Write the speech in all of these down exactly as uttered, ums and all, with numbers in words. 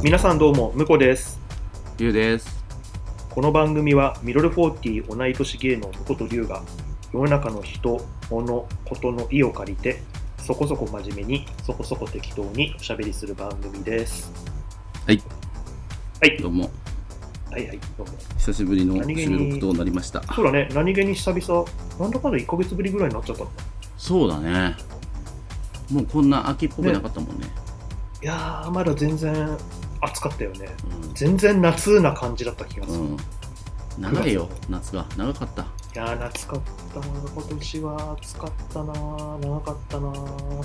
皆さんどうも、むこです。 りゅうです。 この番組はミドルフォーティー同い年芸のむことりゅうが世の中の人、物、ことの意を借りてそこそこ真面目にそこそこ適当におしゃべりする番組です。 はいはいどうも。 はいはいどうも。 久しぶりの収録となりました。 そうだね、何気に久々、なんだかんだいっかげつぶりぐらいになっちゃったの。 そうだね。もうこんな秋っぽくなかったもんね。ね、 いやーまだ全然暑かったよね、 うん、 全然夏な感じだった気がする、うん、 長いよ夏が長かった。いやー夏かったな、今年は暑かったな、長かったなね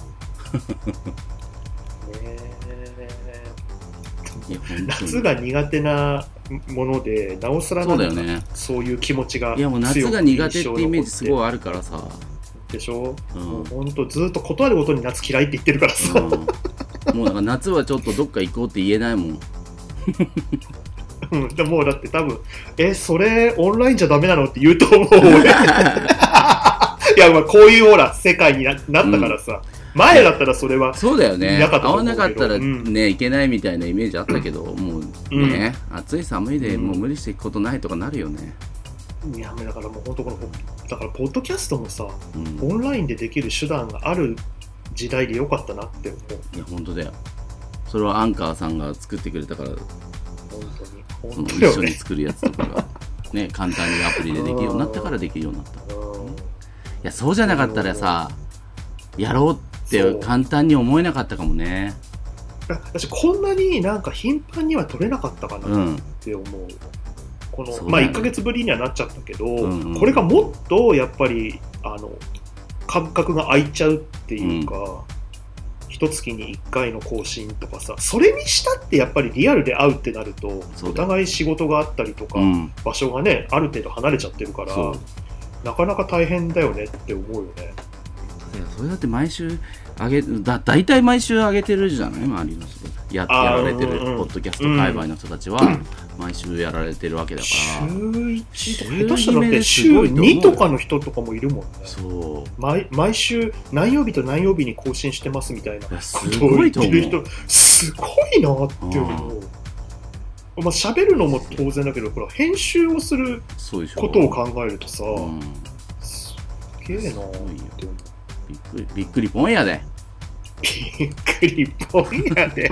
え、夏が苦手なものでなおさらなんかそうだよね、そういう気持ちが強く、いやもう夏が苦手ってイメージすごいあるからさ。 でしょ、うん、もうほんとずっと断るごとに夏嫌いって言ってるからさ、うんもうなんか夏はちょっとどっか行こうって言えないもん。 うん、でもうだって多分えそれオンラインじゃダメなのって言うと思う俺いやまあこういうほら世界に な, なったからさ、うん、前だったらそれはそうだよね。会わなかったらね、うん、いけないみたいなイメージあったけど、うん、もうね、うん、暑い寒いでもう無理していくことないとかなるよね。 いやだからもう本当このだからポッドキャストもさ、うん、オンラインでできる手段がある時代でよかったなって思う。 いや本当だよ。それはアンカーさんが作ってくれたから、 本当に本当に、ね、一緒に作るやつとかがね簡単にアプリでできるようになったからできるようになった。いやそうじゃなかったらさ、やろうって簡単に思えなかったかもね。 私こんなになんか頻繁には取れなかったかなって思う。うん、この、ね、まあいっかげつぶりにはなっちゃったけど、うんうん、これがもっとやっぱりあの感覚が空いちゃうっていうか、うん、一月にいっかいの更新とかさ、それにしたってやっぱりリアルで会うってなるとお互い仕事があったりとか、うん、場所がねある程度離れちゃってるからなかなか大変だよねって思うよね。 いやそれだって毎週上げだ大体毎週上げてるじゃない、周りの人や, やられてる、うんうん、ポッドキャスト界隈の人たちは、うん、毎週やられてるわけだから週いちとか下手したらだって週にとかの人とかもいるもんね。そう 毎, 毎週何曜日と何曜日に更新してますみたいなことを言ってる人すごいなって思う。まあ、喋るのも当然だけどこれ編集をすることを考えるとさ、うん、すげえなって思う。 びっくりびっくりぽんやでびっくりぽんやで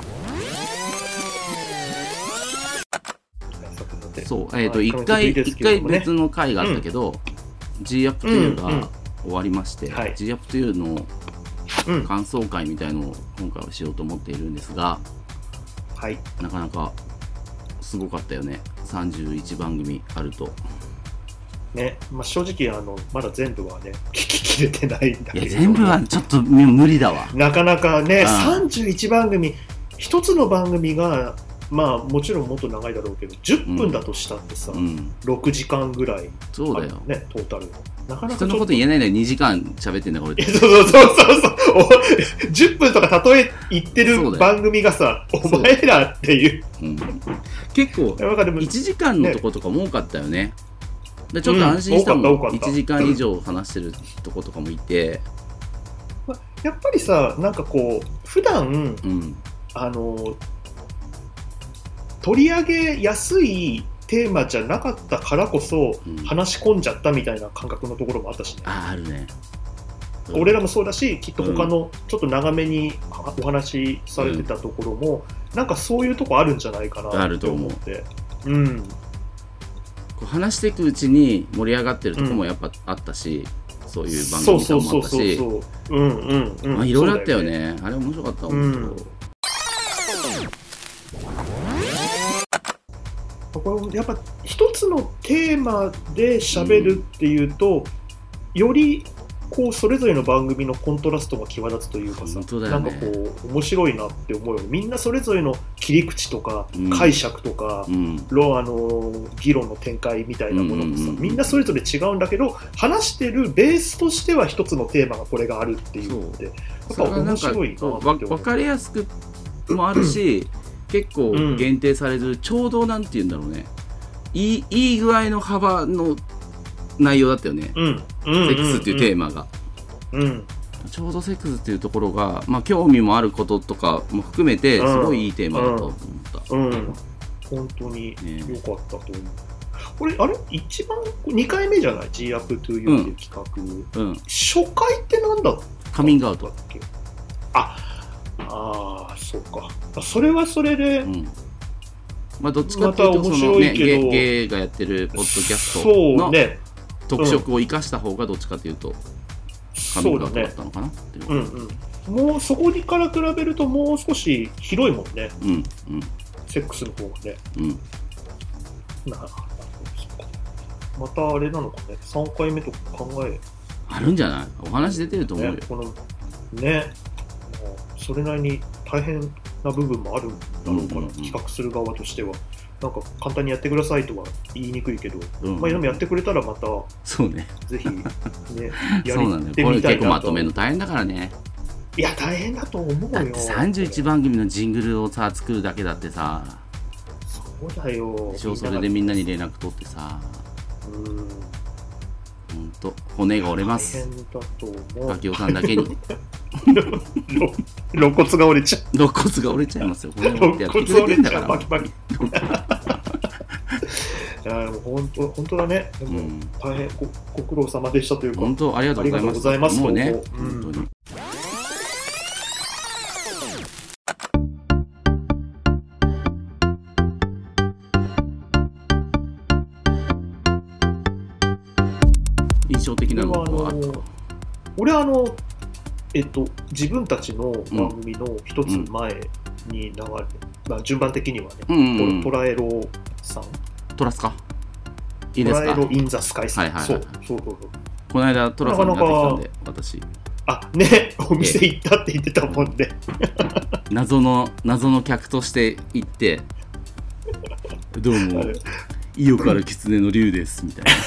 そうえっ、ー、といっかいいっかい別の回があったけど、うん、G アップ トゥー が終わりまして、うんうん、G アップ トゥー の感想会みたいのを今回はしようと思っているんですが、 はい、 なかなかすごかったよね。さんじゅういちばんぐみあるとね、まあ、正直あのまだ全部はね聞ききれてないんだけど、 いや全部はちょっと無理だわ。 なかなかね、さんじゅういちばんぐみ一つの番組がまあもちろんもっと長いだろうけどじゅっぷんだとしたってさ、うん、ろくじかんぐらいある、ね、 そうだよねトータル。なかなか人のこと言えないのににじかん喋ってんだこれ。 そうそうそうそうそうじゅっぷんとか例え言ってる番組がさお前らっていう、うん、 結構いちじかんのとことかも多かったよね。でちょっと安心したもん、うん、いちじかん以上話してるとことかもいて、 うん、やっぱりさなんかこう普段、うん、あの取り上げやすいテーマじゃなかったからこそ、うん、話し込んじゃったみたいな感覚のところもあったしね。 あ、あるね。 俺らもそうだしきっと他のちょっと長めにお話しされてたところも、うん、なんかそういうとこあるんじゃないかなって思って。うん。 話していくうちに盛り上がってるとこもやっぱあったし、うん、そういう番組とかもあったし、いろいろあったよね。あれ面白かった、うん、 これやっぱ一つのテーマで喋るっていうと、うん、よりこうそれぞれの番組のコントラストが際立つというかさ、ね、なんかこう面白いなって思うよ。みんなそれぞれの切り口とか、うん、解釈とか、うん、あの議論の展開みたいなものもさ、うんうんうん、みんなそれぞれ違うんだけど話してるベースとしては一つのテーマがこれがあるっていうのでやっぱ面白いなって思う。 分かりやすくもあるし、うん、結構限定される、ちょうどなんていうんだろうね、いい、いい具合の幅の内容だったよね、うん、セックスっていうテーマが、 うん、 ちょうどセックスっていうところが、まあ、興味もあることとかも含めてすごいいいテーマだと思った。 うん、うんうん、本当に良かったと思う。ね、これあれ一番にかいめじゃない G Up to You っていう企画、うんうん、初回ってなんだったっけ？ カミングアウト。 ああそうか。それはそれで、うん、 まあどっちかっていうとそのねゲイ、ゲイがやってるポッドキャストの特色を生かした方がどっちかっていうとカミングアウトだったのかなっていう。 うんうん、もうそこにから比べるともう少し広いもんね。 うんうん、 セックスの方がね。 うん、 なまたあれなのかね、さんかいめとか考えあるんじゃない？お話出てると思うよ。 ね、このね、それなりに大変な部分もあるんだろうから、うんうんうん、企画する側としてはなんか簡単にやってくださいとは言いにくいけど、うんうん、まあでもやってくれたらまたそうね、 ぜひねやそうなんだよ。これ結構まとめるの大変だからね。 いや大変だと思うよ。だってさんじゅういちばん組のジングルをさ作るだけだってさ。 そうだよ。 それでみんなに連絡取ってさ。 うん。 ほんと骨が折れます。 大変だと思う。 バキオさんだけに。 肋骨が折れちゃう。 肋骨が折れちゃいますよ。骨折ってやってくれてんだから。 バキバキ。いやでも本当本当だね。でも大変 ご, ご苦労様でしたというか。 本当ありがとうございます。 もうね。 本当に。印象的なのはあった。 俺はあのえっと自分たちの番組の一つ前に流れて、うんまあ、順番的にはね、うんうんうん、トラエロさんトラスカいいですか？ トラエロインザスカイさん、はいはいはい、そうそうそうそう。 この間トラさんに会ってきたんで私あねお店行ったって言ってたもんね。 謎の謎の客として行ってどうも意欲ある狐の竜ですみたいな。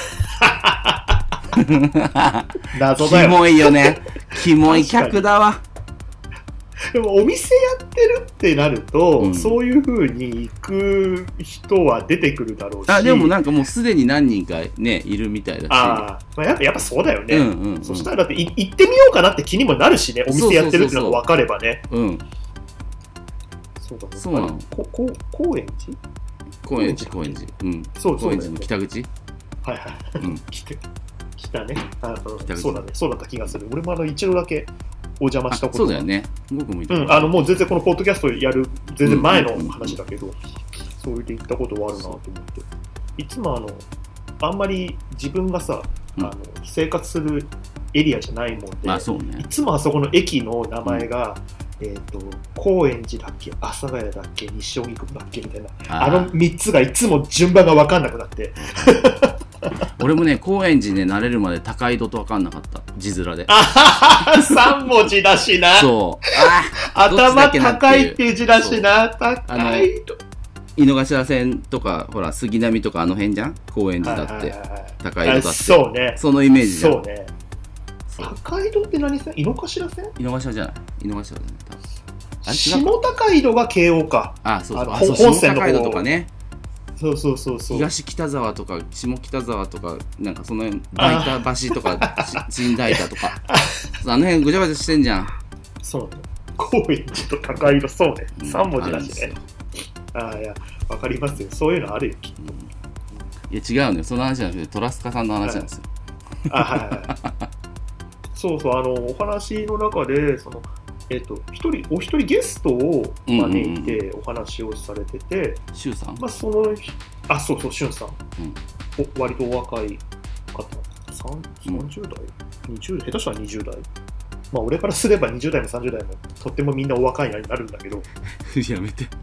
謎だよ。 キモいよね。キモい客だわ。 でもお店やってるってなると、うん、そういう風に行く人は出てくるだろうし。 あでもなんかもうすでに何人かねいるみたいだし。 あ、まあ、やっぱやっぱそうだよね。 うんうんうん、 そしたらだって行ってみようかなって気にもなるしね。お店やってるってのが分かればね。 うん。 そうだね。 そうなの。 ここ高円寺？ 高円寺高円寺。うん。 そうそう、ね。 高円寺の北口？ はいはい。うん。来て。来たね。あ北そうだね。そうだった気がする。俺もあの一度だけお邪魔したこと。 そうだよね。僕もうん。あのもう全然このポッドキャストやる全然前の話だけど、うんうんうん、そう言って行ったことはあるなと思って。いつもあのあんまり自分がさ、うん、あの生活するエリアじゃないもんで、 まあそうね、 いつもあそこの駅の名前が、うん、えっ、ー、と高円寺だっけ、阿佐ヶ谷だっけ、西荻窪だっけみたいな、あ, あのみっつがいつも順番が分かんなくなって。 俺もね高円寺ね慣れるまで高井戸と分かんなかった字面で。 あさん文字だしな。 そうあ頭高いっていう字だしな。高いと井の頭線とかほら杉並とかあの辺じゃん高円寺だって、はいはいはい、高井戸だって。 そうね、 そのイメージじゃん。 そうね。高井戸って何線？井の頭線？ 井の頭じゃない井の頭じゃない多分。 下高井戸が慶応か。 あそうそう、 あそう本線の下高井戸とかね。 そうそうそうそう。 東北沢とか下北沢とかなんかその辺大田橋とか新大田とかあの辺ぐちゃぐちゃしてんじゃん。 そうね。高円寺と高井戸そうね。うん、さん文字だしね。ああいやわかりますよ。そういうのあるよきっと。 いや違うのよ。その話じゃなくてトラスカさんの話なんですよ。 はい、あはいはい。そうそうあのお話の中でその。えっと、一人お一人ゲストを招いてお話をされてて、 シュウさん、 まあ、そのあそうそうシュンさん、うん、お割とお若い方さんじゅう代、にじゅう代下手したらにじゅう代、まあ俺からすればにじゅう代もさんじゅう代もとってもみんなお若いになるんだけどやめて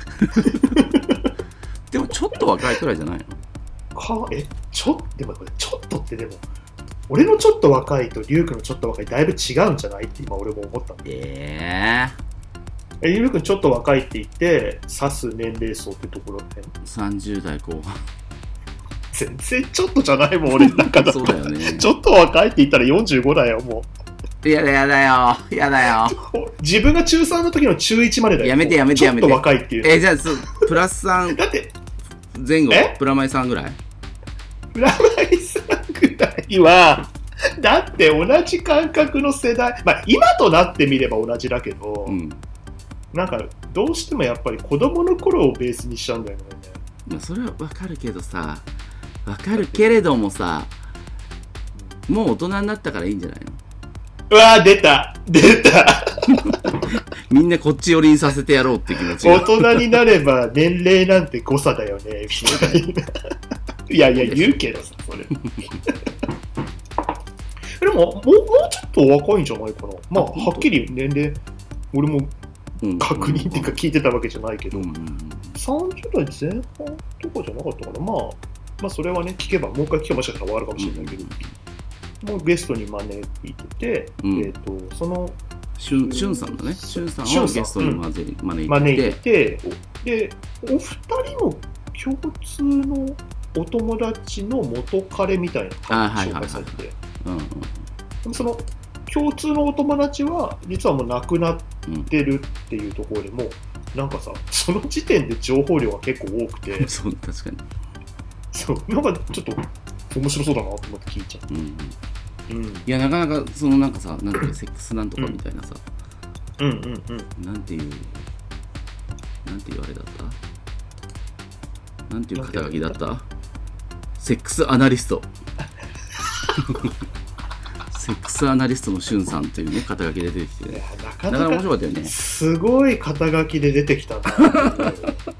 でもちょっと若いくらいじゃないのか。えちょでもこれちょっとってでも俺のちょっと若いとリュウ君のちょっと若いだいぶ違うんじゃないって今俺も思ったんで。 えー、えリュウ君ちょっと若いって言って指す年齢層ってところでさんじゅう代後半。 全然ちょっとじゃないもん俺の中だと。 そうだよね。 ちょっと若いって言ったらよんじゅうごだよもう。やだやだよやだよ。 自分が中さんの時の中いちまでだよ。 やめてやめてやめて。 ちょっと若いっていう。 えじゃあプラスさんだって前後プラマイさんぐらい。 プラマイさんぐらいはだって同じ感覚の世代、まあ今となってみれば同じだけど、うん、なんかどうしてもやっぱり子供の頃をベースにしちゃうんだよね。 まあそれはわかるけどさ、わかるけれどもさ、もう大人になったからいいんじゃないの？ うわー出た出たみんなこっち寄りにさせてやろうって気持ちが。 大人になれば年齢なんて誤差だよねみたいな。いやいや言うけどさ、それ。でももう、もうちょっと若いんじゃないかな。まあはっきり年齢俺も確認っていうか聞いてたわけじゃないけど、うんうんうん、さんじゅう代前半とかじゃなかったかな。まあまあそれはね聞けばもう一回聞けばもしかしたらわかるかもしれないけど、うんうん、もうゲストに招いてて、うん、えっ、ー、とそのしゅん、しゅんさんだね。しゅんさんをゲストに招いて、うん、 招いて、でお二人の共通のお友達の元彼みたいな感じで紹介されて、その共通のお友達は実はもう亡くなってるっていうところでも、うん、なんかさその時点で情報量が結構多くてそう確かにそうなんかちょっと面白そうだなと思って聞いちゃって、うんうん、いやなかなかそのなんかさなんかセックスなんとかみたいなさ、 うん、うんうんうんなんていうなんていうあれだったなんていう肩書きだったセックスアナリストセックスアナリストのしゅんさんというね肩書きで出てきて、ね、なかなか面白かったよね。 すごい肩書きで出てきたなだ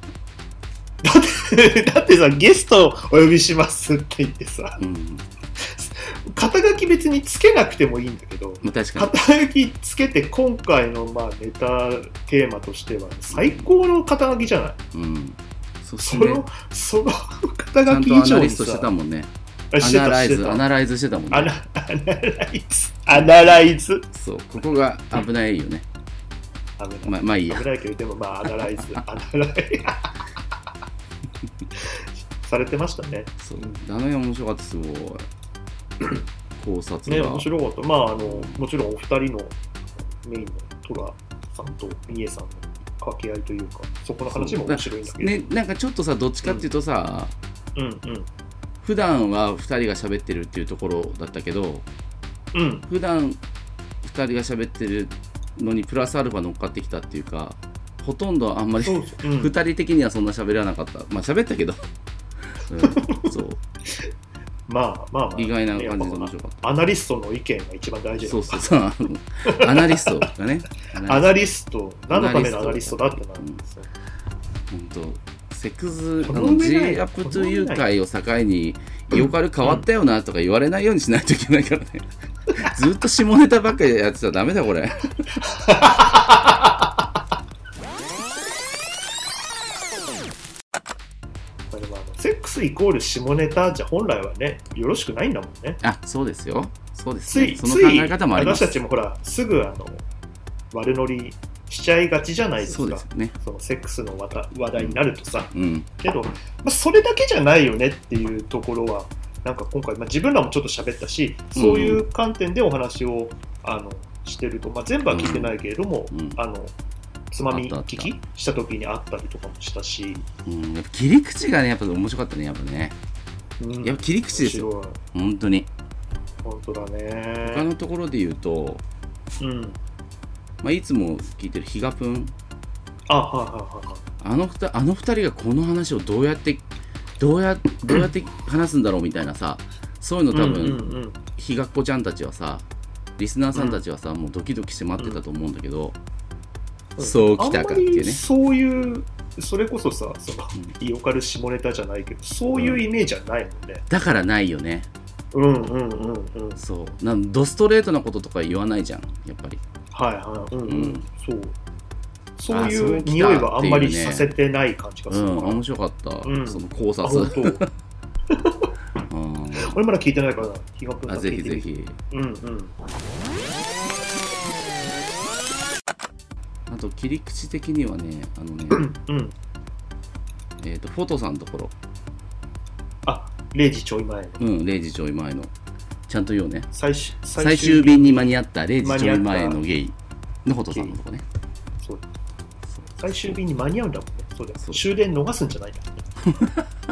ってだってさゲストをお呼びしますって言ってさ、うん、肩書き別につけなくてもいいんだけど、 まあ、確かに肩書きつけて今回のまあネタテーマとしては最高の肩書きじゃない、うん、そ, そのその肩書き以上にさちゃんとアナリストしてたもんね。アナライズアナライズしてたもんね。 アナアナライズアナライズそうここが危ないよね。 危ない、 まあ、まあいいや。 危ないけどでもまあアナライズアナライズされてましたね。 そうあの辺面白かったすごい考察がね面白かった。まああのもちろんお二人のメインのトラさんとミエさんの掛け合いというかそこの話も面白いんだけどね。なんかちょっとさどっちかっていうとさ、 うん、うんうん普段はふたりが喋ってるっていうところだったけど、 うん、 普段ふたりが喋ってるのにプラスアルファ乗っかってきたっていうかほとんどあんまりそうそう、うん、ふたり的にはそんな喋らなかった。まあ喋ったけど、うん、そうまあまあ、まあ、 意外な感じで面白かった。 アナリストの意見が一番大事だ。 そうそうそうアナリストがねアナリスト何のためのアナリストだってなるんですよ。 本当セックスあの G アップトゥ U 会を境にイオカル変わったよなとか言われないようにしないといけないからね、うん、ずっと下ネタばっかりやってたらダメだこれでもあのセックスイコール下ネタじゃ本来はねよろしくないんだもんね。 あそうですよそうです、ね、 ついその考え方もあります。 私たちもほらすぐあの悪ノリしちゃいがちじゃないですか。 そうですね、 そのセックスの話題になるとさ、 うん、 けど、まあ、それだけじゃないよねっていうところはなんか今回、まあ、自分らもちょっと喋ったしそういう観点でお話をあのしてると、まあ、全部は聞いてないけれども、うん、あのつまみ聞きした時にあったりとかもしたし、 うん、やっぱ切り口がねやっぱ面白かったねやっぱね、うん、やっぱ切り口ですよ本当に本当だね。 他のところで言うと、 うんまあ、いつも聞いてるヒガプンあ、はいはいはい、 あのふたあの二人がこの話をどうやってどうやどうやって話すんだろうみたいなさそういうの多分、うんうんうん、ひがっこちゃんたちはさリスナーさんたちはさ、うん、もうドキドキして待ってたと思うんだけど、うん、そうきたかっていうね。 そういうそれこそさその、うん、イオカル下ネタじゃないけどそういうイメージはないもんね、 うん、だからないよね。 うんうんうんうん。 そうなんドストレートなこととか言わないじゃんやっぱり。 はいはいうんうん、うん、そうそういう匂いはあんまりさせてない感じがする、ね、 うん面白かった、うん、その考察俺まだ聞いてないからヒガプンあぜひぜひうんうんあと切り口的にはねあのね、 うん、 えっ、ー、とフォトさんのところあれいじちょい前のうんれいじちょい前のちゃんと言おうね。 最終、 最終便に間に合ったれいじちょい前のゲイのフォトさんのとこね。 そう最終便に間に合うんだもんね。そうだよ。終電逃すんじゃないんだ。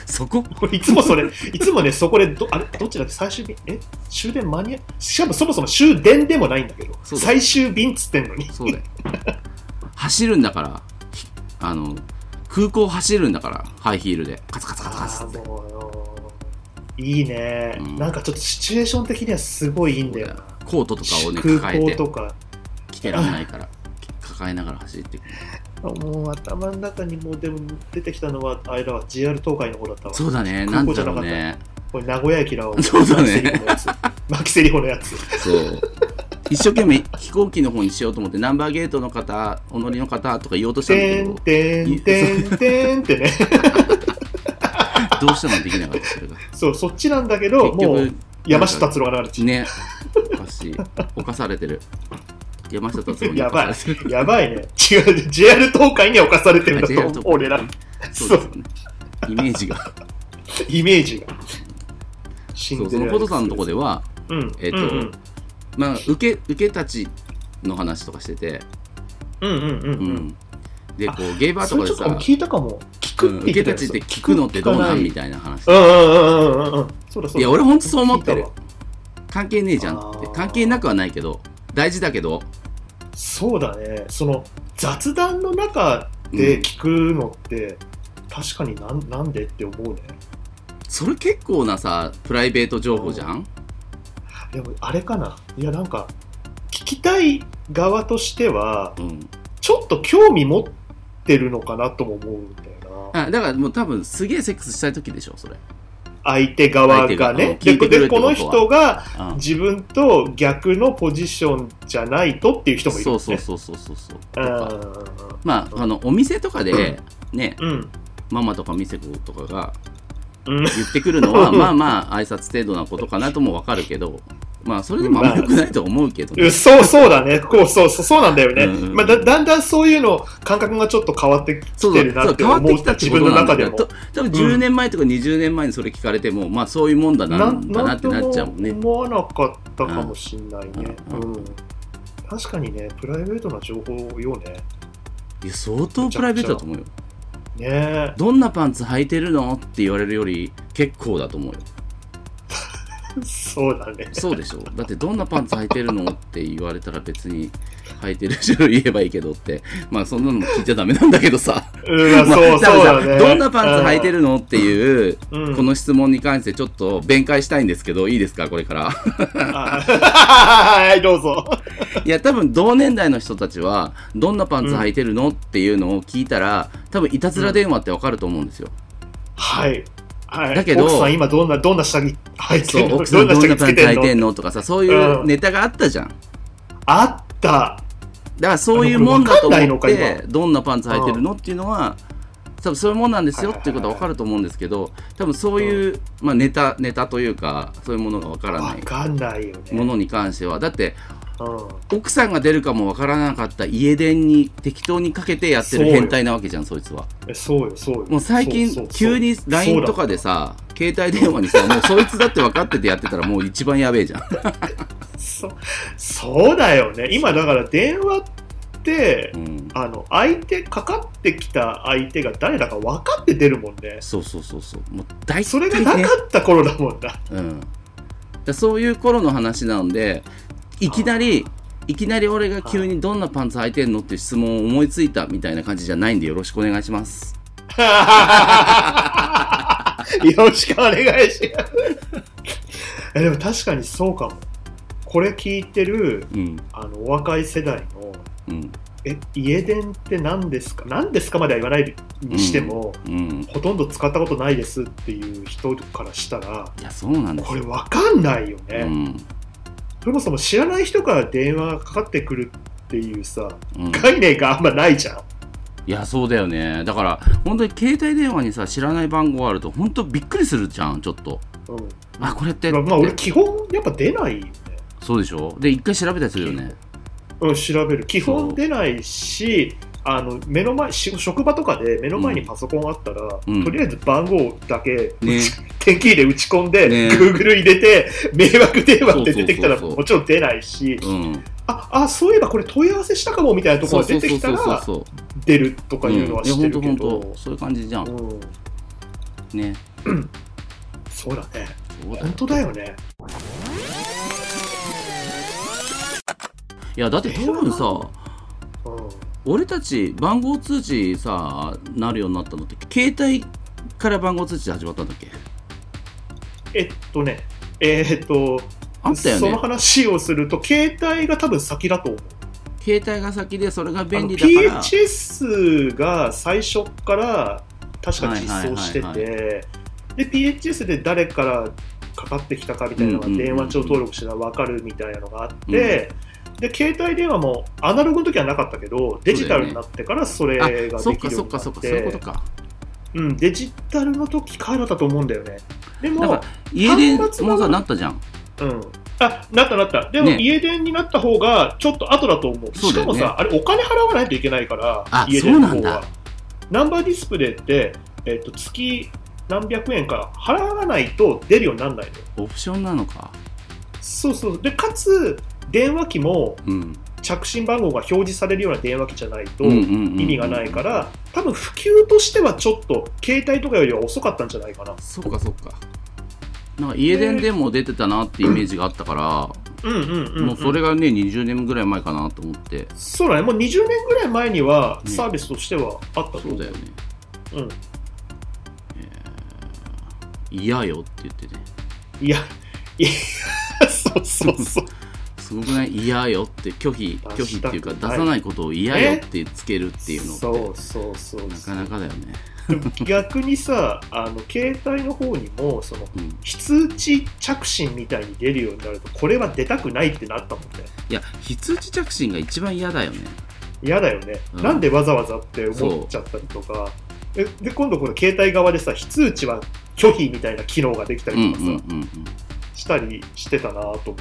そこいつもそれいつもねそこでどあれどっちだっけ最終便え終電間に合しかもそもそも終電でもないんだけど最終便っつってんのにそうだよ走るんだからあの空港走るんだからハイヒールでカツカツカツカツっていいね、うん、なんかちょっとシチュエーション的にはすごいいいんだよな。 コートとかをね抱えて着てらんないから抱えながら走っていくもう頭の中にもうでも出てきたのはあれだわ ジェイアール 東海の方だったわ。 そうだねなんだろうねこれ名古屋駅だわ。 そうだねマキセリホのやつそう一生懸命飛行機の方にしようと思ってナンバーゲートの方お乗りの方とか言おうとしたんだけどてんてんてんてんってねどうしてもできなかったそれがそうそっちなんだけどもう山下達郎が流れてねおかしい犯されてる山下達郎にやばいやばいね違う ジェイアール 東海に侵されてるんだと思う俺らそうですよねイメージがイメージがそうそのことさんのとこでは、うん、えっ、ー、と、うんうん、まあ受け受けたちの話とかしててうんうんうんうん、うんでこうゲイバーとかでさ聞いたかも聞く受けたちって聞くのってどうなんみたいな話うんうんうんうんうんそうだそうだいや俺ほんとそう思ってる関係ねえじゃんって関係なくはないけど大事だけどそうだねその雑談の中で聞くのって、うん、確かになん、なんでって思うねそれ結構なさプライベート情報じゃん、うん、 でもあれかないやなんか聞きたい側としては、うん、ちょっと興味持ってるのかなとも思うんだよな。 あだからもう多分すげえセックスしたい時でしょそれ相手側がねで, でこの人が自分と逆のポジションじゃないとっていう人もいる、ね、 そうそうそうそうそうそうまああのお店とかでね、うん、ママとか店子とかが言ってくるのは、うん、まあまあ挨拶程度なことかなとも分かるけどまあそれでもあんま良くないと思うけど、ね、 そうそうだねこうそうそうそうなんだよね、うんうんまあ、だ, だんだんそういうの感覚がちょっと変わってきてるなって思った自分の中でも多分じゅうねんまえとかにじゅうねんまえにそれ聞かれても、うん、まあそういうもんだなんだなってなっちゃうもんね思わなかったかもしんないね、うんうんうん、確かにねプライベートな情報よねいや相当プライベートだと思うよねどんなパンツ履いてるのって言われるより結構だと思うよそうだねそうでしょだってどんなパンツ履いてるのって言われたら別に履いてる種類言えばいいけどってまあそんなのも聞いちゃダメなんだけどさ、 うんまあ、そうそうだねどんなパンツ履いてるのっていう、うん、この質問に関してちょっと弁解したいんですけどいいですかこれからはいどうぞいや多分同年代の人たちはどんなパンツ履いてるのっていうのを聞いたら多分いたずら電話ってわかると思うんですよ、 うん、はいはい、 だけど奥さん今どんなどんな下着履いてんの奥さんどんなパンツ履いてんのとかさそういうネタがあったじゃん、うん、 あっただからそういうもんだと思ってどんなパンツ履いてるのっていうのは多分そういうもんなんですよっていうことは分かると思うんですけど多分そういう、まあ、ネタネタというかそういうものが分からない分かんないよねものに関してはだってうん、奥さんが出るかもわからなかった家電に適当にかけてやってる変態なわけじゃんそいつはそうよそうよもう最近急に ライン とかでさ携帯電話にさもうそいつだって分かっててやってたらもう一番やべえじゃんそ, そうだよね今だから電話って、うん、あの相手かかってきた相手が誰だか分かって出るもんねそうそうそうそうもう大体、ね、 それがなかった頃だもんな、 うん、だそういう頃の話なんでいきなりいきなり俺が急にどんなパンツ履いてんのって質問を思いついたみたいな感じじゃないんでよろしくお願いしますよろしくお願いしますでも確かにそうかもこれ聞いてる、うん、あのお若い世代の、うん、え家電って何ですか何ですかまでは言わないにしても、うんうん、ほとんど使ったことないですっていう人からしたらいやそうなんですこれ分かんないよね、うんそもそも知らない人から電話がかかってくるっていうさ、うん、概念があんまないじゃんいやそうだよねだから本当に携帯電話にさ知らない番号あると本当びっくりするじゃんちょっと、うん、あこれってまあ俺基本やっぱ出ないよねそうでしょで一回調べたりするよねうん調べる基本出ないしあの目の前職場とかで目の前にパソコンあったら、うん、とりあえず番号だけ、ね、点キーで打ち込んで、ね、Google 入れて迷惑電話って出てきたらもちろん出ないし、うん、ああそういえばこれ問い合わせしたかもみたいなところが出てきたら出るとかいうのは知ってるけど、 うん、いや本当本当そういう感じじゃん、うん、 ね。 そうだね。 そうだよ本当だよね。 いやだって多分さ、 うん、 俺たち番号通知さなるようになったのって携帯から番号通知始まったんだっけ？ えっとねえー、っとあったよね。 その話をすると携帯が多分先だと思う。 携帯が先でそれが便利だから ピーエイチエス が最初から確か実装してて、で ピーエイチエス で誰からかかってきたかみたいなのが電話帳登録したら分かるみたいなのがあって、うんうんうん、で携帯電話もアナログの時はなかったけどデジタルになってからそれができるようになって、 そっかそっかそっかそういうことか。 うん、デジタルの時からだったと思うんだよね。でもだから家電もさなったじゃん。 うん、あ、なったなった。でも、ね、家電になった方がちょっと後だと思う。しかもさ、あれお金払わないといけないから、家電の方は。ナンバーディスプレイって、えっと、月何百円か払わないと出るようにならないの。 オプションなのか。 そうそう。で、かつ、電話機も、着信番号が表示されるような電話機じゃないと意味がないから、多分普及としてはちょっと携帯とかよりは遅かったんじゃないかな。 そっかそっか。なんか家電でも出てたなってイメージがあったから、もうそれがねにじゅうねんぐらい前かなと思って。 そうだね、もうにじゅうねんぐらい前にはサービスとしてはあったと思う、 ね、そうだよね。 うん、えー、嫌よって言ってね。 いやいやそうそうそうすごくない？嫌よって拒否拒否っていうか出さないことを嫌よってつけるっていうのってそうそうそうなかなかだよね。 逆にさ、あの携帯の方にもその、うん、非通知着信みたいに出るようになるとこれは出たくないってなったもんね。 いや非通知着信が一番嫌だよね。 嫌だよね、うん、なんでわざわざって思っちゃったりとかで, で今度この携帯側でさ非通知は拒否みたいな機能ができたりとかさ、うんうんうんうん、したりしてたなと思って。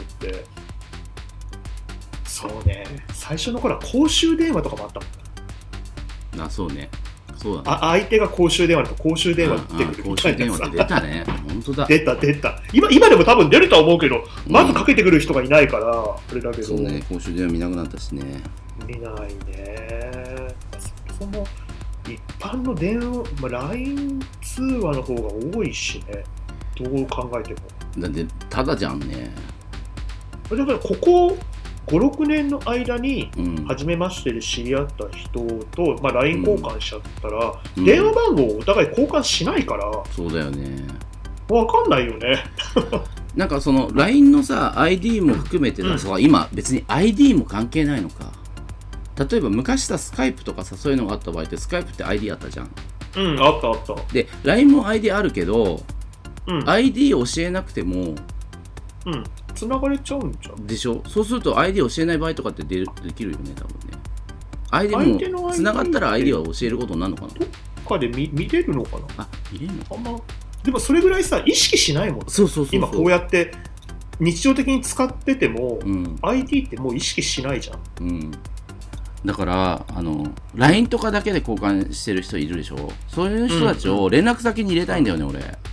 そうね、最初の頃は公衆電話とかもあったもん。 あ、そうね。そうだね。 あ、相手が公衆電話だと公衆電話ってくるみたいなさ。公衆電話って出たね。本当だ。 出た出た。今今でも多分出るとは思うけど、まずかけてくる人がいないから、うん、あれだけど。 そうね、公衆電話見なくなったしね。 見ないね。そもそも一般の電話、まあ、ライン 通話の方が多いしね。どう考えても。 だってただじゃんね。 だからここご、ろくねんの間に初めましてで知り合った人と、まあ、ライン 交換しちゃったら、うん、電話番号をお互い交換しないから、うん、 そうだよね。 分かんないよね。 なんかその ライン のさ アイディー も含めてさ、うん、今別に アイディー も関係ないのか。例えば昔さスカイプとかさそういうのがあった場合ってスカイプって アイディー あったじゃん。 うん、あったあった。 で ライン も アイディー あるけど、うん、アイディー 教えなくてもうん繋がれちゃうんじゃん。 でしょ。そうすると アイディー 教えない場合とかってでできるよね多分ね。アイディー も繋がったら アイディー は教えることになるのかな。 どっかで 見, 見れるのかな。 あ、見れるのかな。 でもそれぐらいさ意識しないもん。 そうそうそうそう。 今こうやって日常的に使ってても、うん、アイディー ってもう意識しないじゃん。 うん。だからあの ライン とかだけで交換してる人いるでしょ。そういう人たちを連絡先に入れたいんだよね、うん、俺。は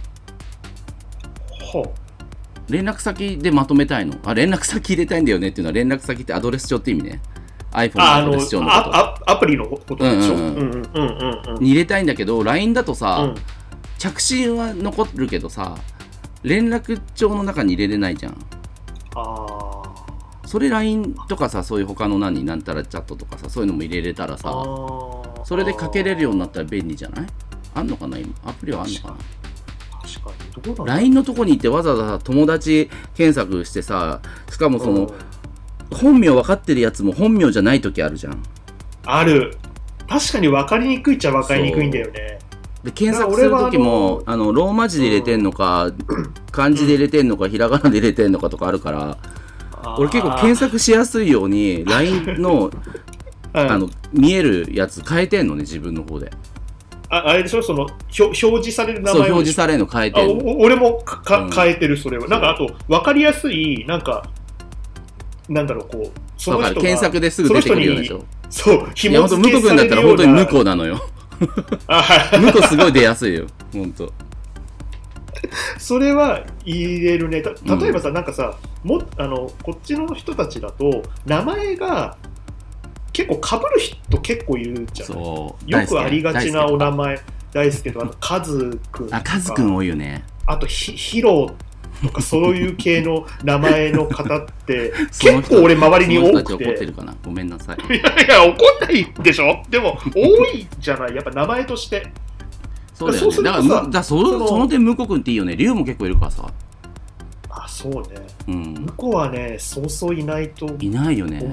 あ。 連絡先でまとめたいの。あ、連絡先入れたいんだよねっていうのは連絡先ってアドレス帳って意味ね。iPhone のアドレス帳のこと。 ああアプリのことでしょ。 に入れたいんだけど ライン だとさ、うん、着信は残るけどさ連絡帳の中に入れれないじゃん。 あそれ ライン とかさそういう他の何なんたらチャットとかさそういうのも入れれたらさそれでかけれるようになったら便利じゃない？あんのかな今アプリはあんのかな。ライン のとこに行ってわざわざ友達検索してさしかもその、うん、本名分かってるやつも本名じゃない時あるじゃん。 ある。確かに分かりにくいっちゃ分かりにくいんだよね。 で検索する時もあのローマ字で入れてんのか、うん、漢字で入れてんのか、うん、ひらがなで入れてんのかとかあるから俺結構検索しやすいように ライン の、うん、あの見えるやつ変えてんのね自分の方で。 あ, あれでしょその表示される名前をそう表示されるの変えてる。 俺もか、うん、変えてるそれは。なんかあと分かりやすいなんかなんだろうこうその人が検索ですぐ出てくるようでしょ。 そう紐付けされるような。向こくんだったら本当に向こうなのよ。向こうすごい出やすいよ本当。 それは入れるね。た例えばさ、うん、なんかさもあのこっちの人たちだと名前が結構被る人結構いるじゃん。よくありがちなお名前大輔とあとカズくん。 あ、カズくん多いよね。 あとヒヒロとかそういう系の名前の方って結構俺周りに多くて。 その人たち怒ってるかな。ごめんなさい。 いやいや怒んないでしょ。でも多いじゃない。やっぱ名前として。 そうだよね。だからだからそのその点向こうくんっていいよね。龍も結構いるからさ。 あ、そうね。 うん。 向こうはね、そうそういないと思う。 いないよね。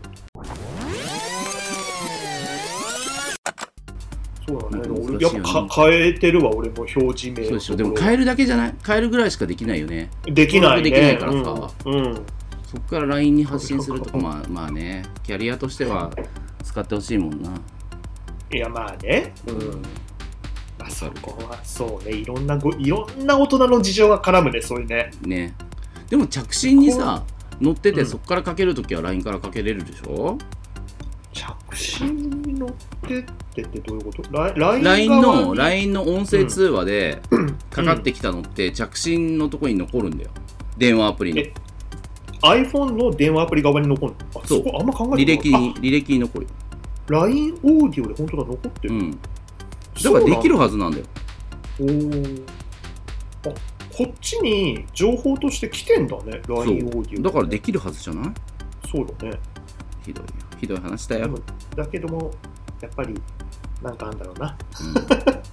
そうだね。俺やっぱか変えてるわ、俺も表示名。 そうでしょ。でも変えるだけじゃない。変えるぐらいしかできないよね。 できないね。 できないからさ。 うん。うん、 そっから ライン に発信するとか、まあまあね、キャリアとしては使ってほしいもんな。 いやまあね。うん。あそこはそうね、いろんなごいろんな大人の事情が絡むね、そういうね。 ね。でも着信にさ乗ってて、うん、そこからかけるときは ライン からかけれるでしょ。 着信に乗ってってってどういうこと？ ラインの ライン の音声通話でかかってきたのって着信のとこに残るんだよ。電話アプリの。 え iPhone の電話アプリ側に残るの？あ、そう。そこあんま考えてない。 履歴に履歴に残る。 ライン オーディオで本当だ残ってる。うん。 だからできるはずなんだよ。 おー。あ、こっちに情報として来てんだね、ライン オーディオ、ね。 だからできるはずじゃない？ そうだね。 ひどいよ。ひどい話だよ。 だけども、やっぱり、なんかあんだろうな。うん、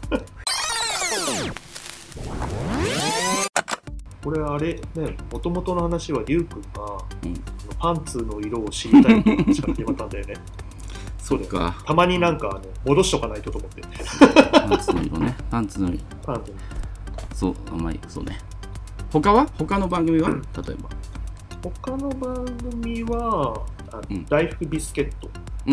これあれね、もともとの話はリュウ君が、うん、パンツの色を知りたいって言ってたんだよね。そうだよか。たまになんかあの戻しとかないとと思って。 パンツの色ね。パンツの色。パンツの色。そう、あんまり、そうね。他は他の番組は、うん、例えば。 他の番組は、あうん、大福ビスケット。 うん、うん。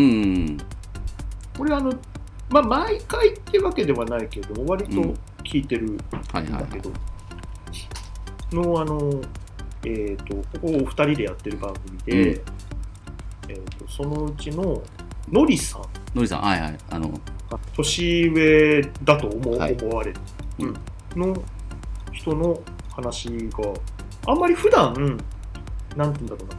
これあの、まあ、毎回ってわけではないけど、割と聞いてるんだけど、の、あの、えっと、ここをふたりでやってる番組で、うん、えっと、そのうちの、のりさん。 のりさん、はいはい。あの、 年上だと思う、はい、思われる、うん、の人の話があんまり普段なんて言うんだろうな、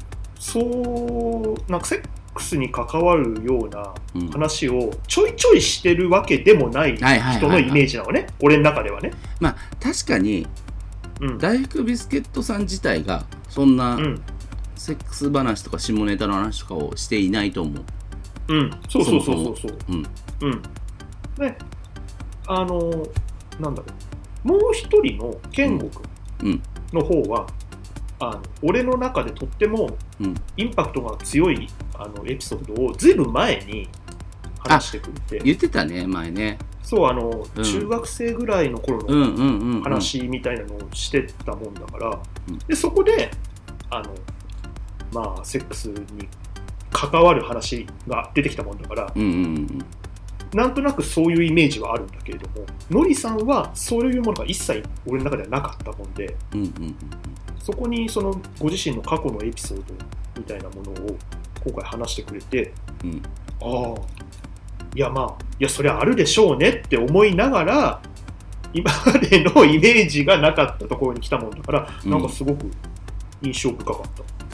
そうなんかセックスに関わるような話をちょいちょいしてるわけでもない人のイメージなのね、俺の中ではね。 まあ確かに、うん、大福ビスケットさん自体がそんな、うん、セックス話とか下ネタの話とかをしていないと思う。 うん、そうそうそうそうそう。うん。うん。で、あの、なんだろう。もう一人の健吾君の方は、うん、あの俺の中でとってもインパクトが強いあのエピソードをずいぶん前に話してくれて。 言ってたね、前ね。 そう、あの、うん、中学生ぐらいの頃の話みたいなのをしてたもんだから、うん、で、そこで、あの、まあ、セックスに関わる話が出てきたもんだから、うんうんうん、なんとなくそういうイメージはあるんだけれども、のりさんはそういうものが一切俺の中ではなかったもんで、うんうんうん、そこにそのご自身の過去のエピソードみたいなものを今回話してくれて、うん、ああ、いやまあ、いやそりゃあるでしょうねって思いながら、今までのイメージがなかったところに来たもんだから、うん、なんかすごく印象深かった。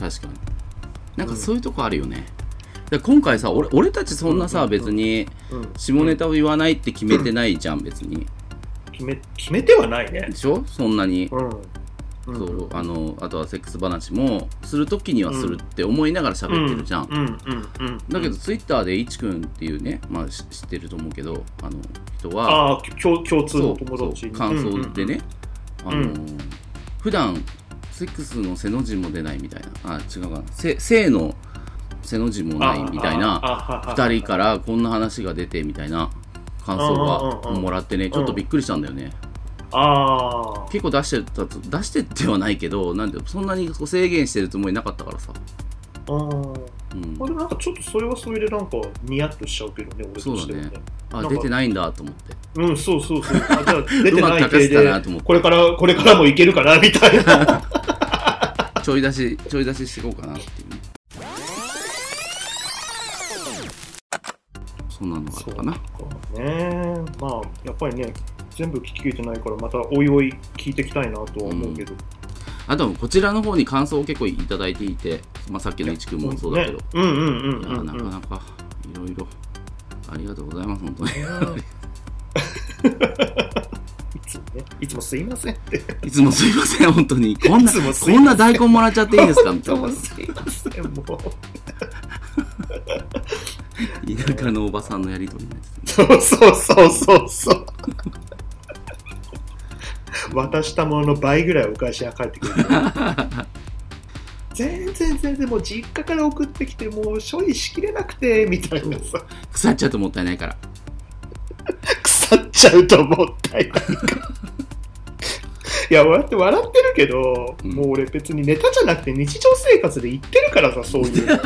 確かに。なんかそういうとこあるよね。で今回さ、俺、俺たちそんなさ、うんうんうん、別に下ネタを言わないって決めてないじゃん、別に。 決め、決めてはないね。 でしょ、そんなに。うんうん、そうあのあとはセックス話もするときにはするって思いながら喋ってるじゃん。だけどツイッターでいちくんっていうね、まあ、知ってると思うけど、あの人はあ共, 共通の友達に感想でね、うんうんうん、あの普段セックスの背の字も出ないみたいな、あ違うかな、性の背の字もないみたいなふたりからこんな話が出てみたいな感想がもらってね、ちょっとびっくりしたんだよね。 あ結構出してた出してってはないけど、なんでそんなに制限してるつもりなかったからさ。 あ、うん、あれなんかちょっとそれはそれでなんかニヤッとしちゃうけどね、俺としてはね。 あ、出てないんだと思って。 うん、そうそうそう。あ、じゃあ出てない系でこれからこれからもいけるかなみたいな。 ちょい出しちょい出ししていこうかなっていうね。そんなのがあったかな。 そうね。まあやっぱりね、全部聞き切れてないからまたおいおい聞いていきたいなとは思うけど。うん、 あとこちらの方に感想を結構いただいていて、まあ、さっきのいちくんもそうだけど、 うんうんうんうん、 いやなかなかいろいろありがとうございます本当に。 つもね、いつもすいませんっていつもすいません本当にこんなこんな大根もらっちゃっていいですかみたいな。 すいませんもう田舎のおばさんのやりとりね。 そうそうそうそうそう渡したものの倍ぐらいお返しが返ってくる全然全然もう実家から送ってきてもう処理しきれなくてみたいなさ、 腐っちゃうともったいないから腐っちゃうともったいないからいや笑って笑ってるけど、うん、もう俺別にネタじゃなくて日常生活で言ってるからさ、そういう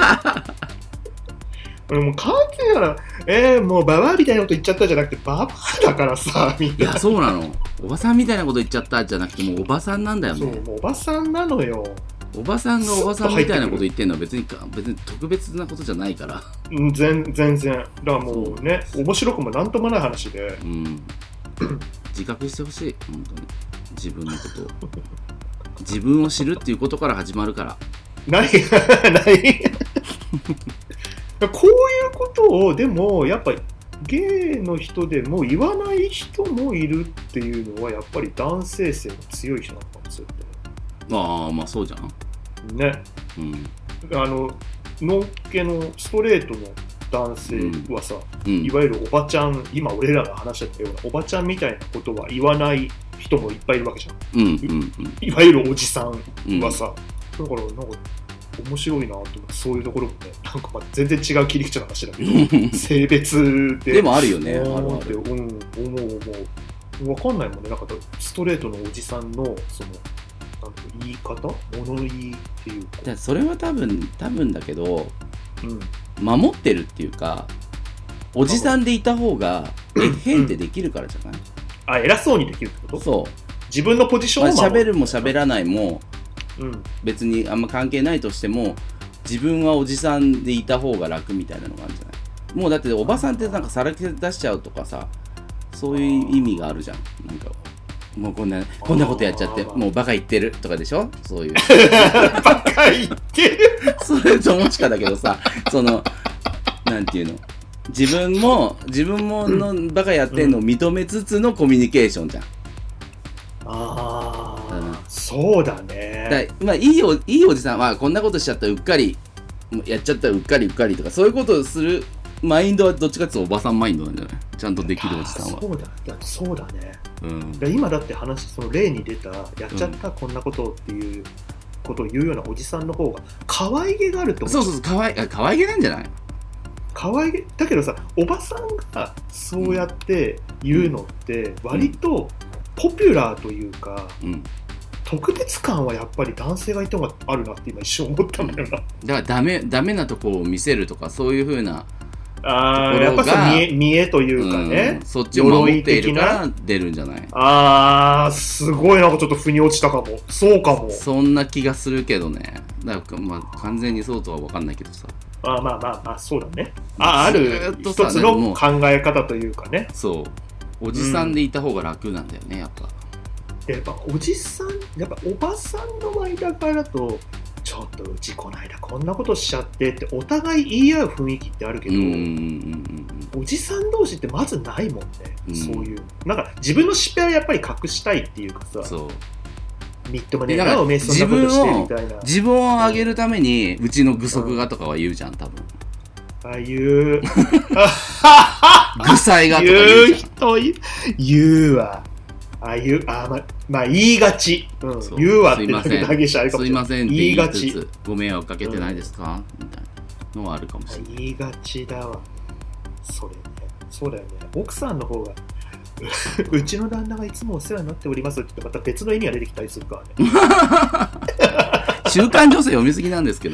俺もう完全にからえー、もうババアみたいなこと言っちゃったじゃなくてババアだからさみんな。いやそうなの、おばさんみたいなこと言っちゃったじゃなくてもうおばさんなんだよね。 そうもうおばさんなのよ。 おばさんがおばさんみたいなこと言ってんのは別に別に特別なことじゃないから。 うん全全然だからもうね面白くもなんともない話で、うん、 自覚してほしい本当に自分のことを自分を知るっていうことから始まるから。 ないないこういうことをでもやっぱりゲイの人でも言わない人もいるっていうのはやっぱり男性性が強い人なのかもしれない。 ああまあそうじゃんね、うん、あののっけのストレートの男性はさ、うん、いわゆるおばちゃん、今俺らが話してたようなおばちゃんみたいなことは言わない人もいっぱいいるわけじゃん、うんうんうん、いわゆるおじさんはさ、うん、だからなんか面白いなと思って、そういうところもね、なんかまあ全然違う切り口の話だけど性別ででもあるよね、あるある、 うん、思う思う分かんないもんね、なんかストレートのおじさんのそのなんて言い方物言いっていうか、 だそれは多分多分だけど、うん、守ってるっていうかおじさんでいた方がえ変ってできるからじゃない、うん、 あ偉そうにできるってこと。 そう自分のポジションを守る、まあ、喋るも喋らないもうん、別にあんま関係ないとしても自分はおじさんでいた方が楽みたいなのがあるんじゃない。もうだっておばさんってなんかさらけ出しちゃうとかさ、そういう意味があるじゃん。なんかもうこんなこんなことやっちゃってもうバカ言ってるとかでしょ、そういうバカ言ってるそれともしかだけどさ、そのなんていうの、自分も自分ものバカやってんのを認めつつのコミュニケーションじゃん。 ああ、うん、そうだね。 だまあいいおいいおじさんはこんなことしちゃったらうっかりやっちゃったらうっかりうっかりとかそういうことをするマインドはどっちかっていうとおばさんマインドなんじゃない、ちゃんとできるおじさんは。 そうだ、だそうだね、うん、だ今だって話その例に出たやっちゃった、うん、こんなことっていうことを言うようなおじさんの方が可愛げがあると思う。 そうそうそう、可愛い可愛げなんじゃない。 可愛げだけどさ、おばさんがそうやって言うのって割とポピュラーというか、うん、特別感はやっぱり男性がいた方があるなって今一瞬思ったんだよな、うん、だからダメダメなとこを見せるとかそういう風なあやっぱさ見え、見えというかね、 うん、そっちを守っているから出るんじゃない。 あーすごいなんかちょっと腑に落ちたかも。そうかも、 そんな気がするけどね。だからまあ完全にそうとは分かんないけどさ、 あまあまあまあそうだね、あある一つの考え方というかね。 そうおじさんでいた方が楽なんだよね、うん、やっぱ。 やっぱおじさんやっぱおばさんの間からだとちょっとうちこないだこんなことしちゃってってお互い言い合う雰囲気ってあるけど、うんうんうんうん、おじさん同士ってまずないもんね、うん、そういうなんか自分の失敗はやっぱり隠したいっていうかさ、そうみっともねえなおめえそんなことしてみたいな、 自分を上げるためにうちの具足がとかは言うじゃん多分。 ああいう具材がとか言うじゃん。言う人言うわ。ああいうあままあ言いがち、うん、言うわってだけだけしあるかもしれない。 すいませんって言いがち。ご迷惑かけてないですか、うん、みたいなのはあるかもしれない。 言いがちだわ。それね、そうだよね。奥さんの方がうちの旦那がいつもお世話になっておりますってまた別の意味が出てきたりするからね。 週刊女性読みすぎなんですけど。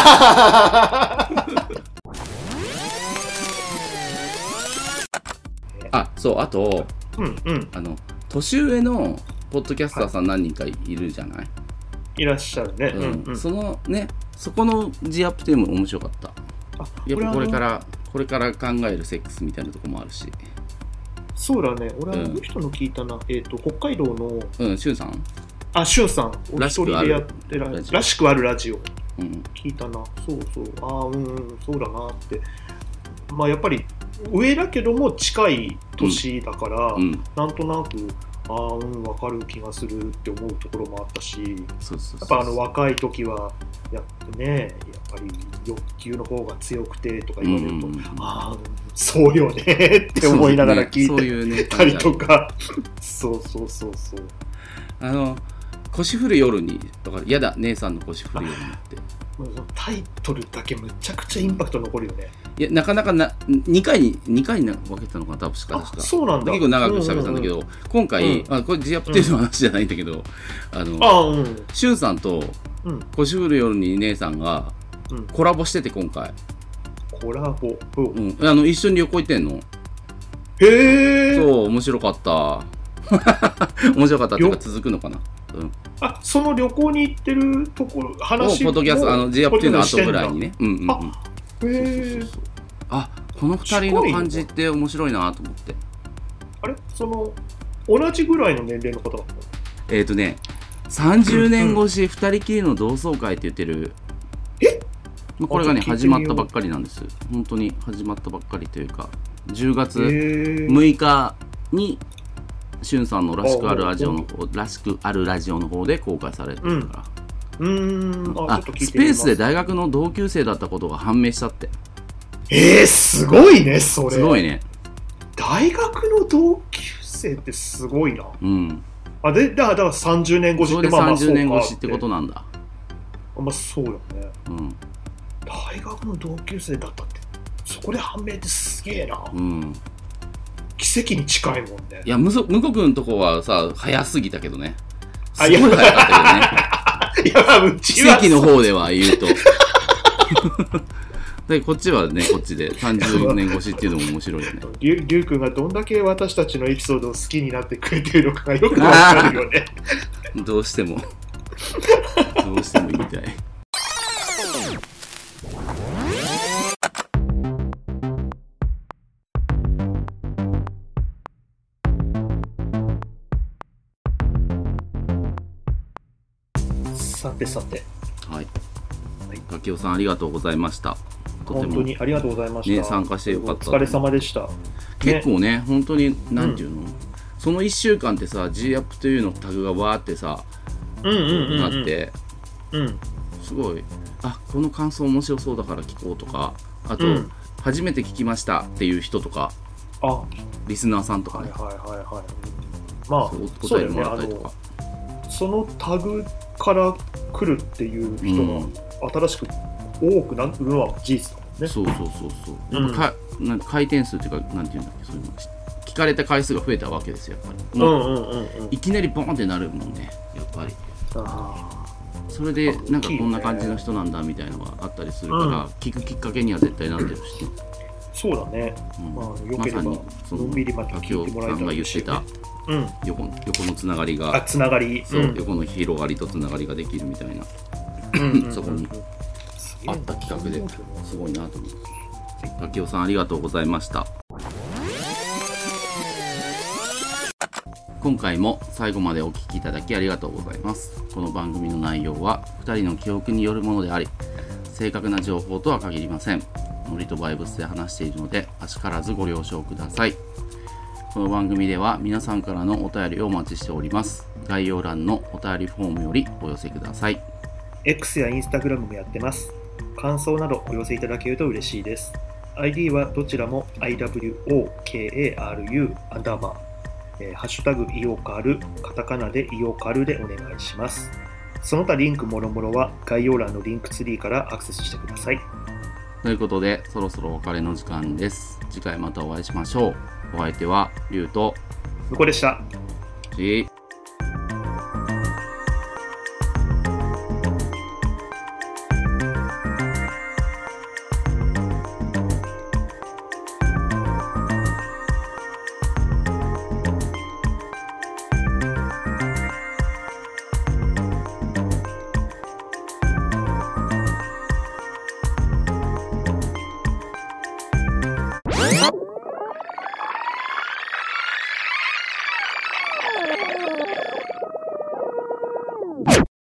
あ、そうあと、うんうん、あの年上のポッドキャスターさん何人かいるじゃない、はい、 いらっしゃるね、 うんうん、そのねそこの G アップテーマ面白かった。あやっぱこれからこれから考えるセックスみたいなとこもあるし。 そうだね、俺はあの人の聞いたな、うん、えっ、ー、と北海道のうんしゅんさんあしゅんさんお一人でやってららしくあるラジオ、うん、聞いたな。そうそうあうんそうだなって、まあやっぱり上だけども近い年だから、 うん、 なんとなくああ、うん、分かる気がするって思うところもあったし、 そうそうそうそう、 やっぱあの若い時はやっぱね、やっぱり欲求の方が強くてとか言われると、うんうんうん、ああ、そうよねって思いながら聞いてたりとか、そうそうそうそう。 あの腰振る夜に、だからやだ姉さんの腰振る夜にってタイトルだけむちゃくちゃインパクト残るよね。 いや、なかなかなにかいににかいに分けたのかな、多分しか確か。 そうなんだ。 結構長く喋ったんだけど、うんうんうん、今回、うん、あこれジアップテーの話じゃないんだけど、うん、あのあ、うん、 しゅんさんと腰振る夜に姉さんがコラボしてて、今回。 コラボ、 うん、あの一緒に旅行行ってんの。 へえ。 そう、面白かった。面白かったっていうか続くのかな。うん、 あ、その旅行に行ってるところ、話をポッドキャスト、あの ジアップティーの後ぐらいにね。うんうんうん。 あ、へえ。 あ、このふたりの感じって面白いなと思って。 あれ、その同じぐらいの年齢の方だったの？ えっとね、さんじゅうねん越しふたりきりの同窓会って言ってる。 え？ これがね始まったばっかりなんです。本当に始まったばっかりというか、じゅうがつむいかに。しゅんさんのらしくあるラジオの方、らしくあるラジオの方で公開されてるから。 うん。うーん。あ、 あ、スペースで大学の同級生だったことが判明したって。 えー、すごいね、それ。 すごいね。 大学の同級生ってすごいな。 うん。 あ、で、だからさんじゅうねん越しってまあまあそうか。 さんじゅうねん越しってことなんだ。 あ、まあそうだね。 うん。 大学の同級生だったって、そこで判明ってすげえな。 うん。 奇跡に近いもんね。いや、むこくんのとこはさ、早すぎたけどね。すごい早かったけどね。 いや、うちは奇跡の方では言うと。でこっちはね、こっちでさんじゅうねん越しっていうのも面白いよね。 りゅうくんがどんだけ私たちのエピソードを好きになってくれてるのかがよくわかるよね。 どうしても。どうしても言いたい。 さてさて、 はい、竹雄さんありがとうございました。 とても本当にありがとうございました、 ね、参加してよかった。 お疲れ様でした。 結構ね、本当になんていうの、うん、そのいっしゅうかんってさ G アップというのタグがわーってさ、 うんうんうんうん、 なって、 うん、 すごい、あ、この感想面白そうだから聞こうとか、あと、うん、初めて聞きましたっていう人とか、 あ、 リスナーさんとかね、 はいはいはいはい、まあそうお便りもらったりとか、 そのタグから来るっていう人が新しく多くなるのは事実だもんね。 そうそうそうそう。やっぱか、うん、なんか回転数っていうか、なんていうんだっけ、そういうの聞かれた回数が増えたわけですよ、やっぱり。 うんうんうんうん、 いきなりボンってなるもんね、やっぱり。 あ、 それでなんかこんな感じの人なんだみたいなのがあったりするから、うん、聞くきっかけには絶対なってるし、ね。 そうだね。うん、まあよければのんびりまた聞いてもらいたいですよね。うん、 横, 横のつながりが、 あ、つながり、 そう、うん、横の広がりとつながりができるみたいな、そこにあった企画ですごいなと思って。竹雄さんありがとうございました。今回も最後までお聞きいただきありがとうございます。この番組の内容はふたりの記憶によるものであり、正確な情報とは限りません。ノリとバイブスで話しているので、あしからずご了承ください。この番組では皆さんからのお便りをお待ちしております。概要欄のお便りフォームよりお寄せください。 X や Instagram もやってます。感想などお寄せいただけると嬉しいです。アイディー はどちらも アイダブリューオーケーエーアールユー アンダーバー、えー、ハッシュタグイオカル、カタカナでイオカルでお願いします。その他リンクもろもろは概要欄のリンクツリーからアクセスしてください。 ということで、そろそろお別れの時間です。次回またお会いしましょう。お相手はリュウと向こうでした。 じ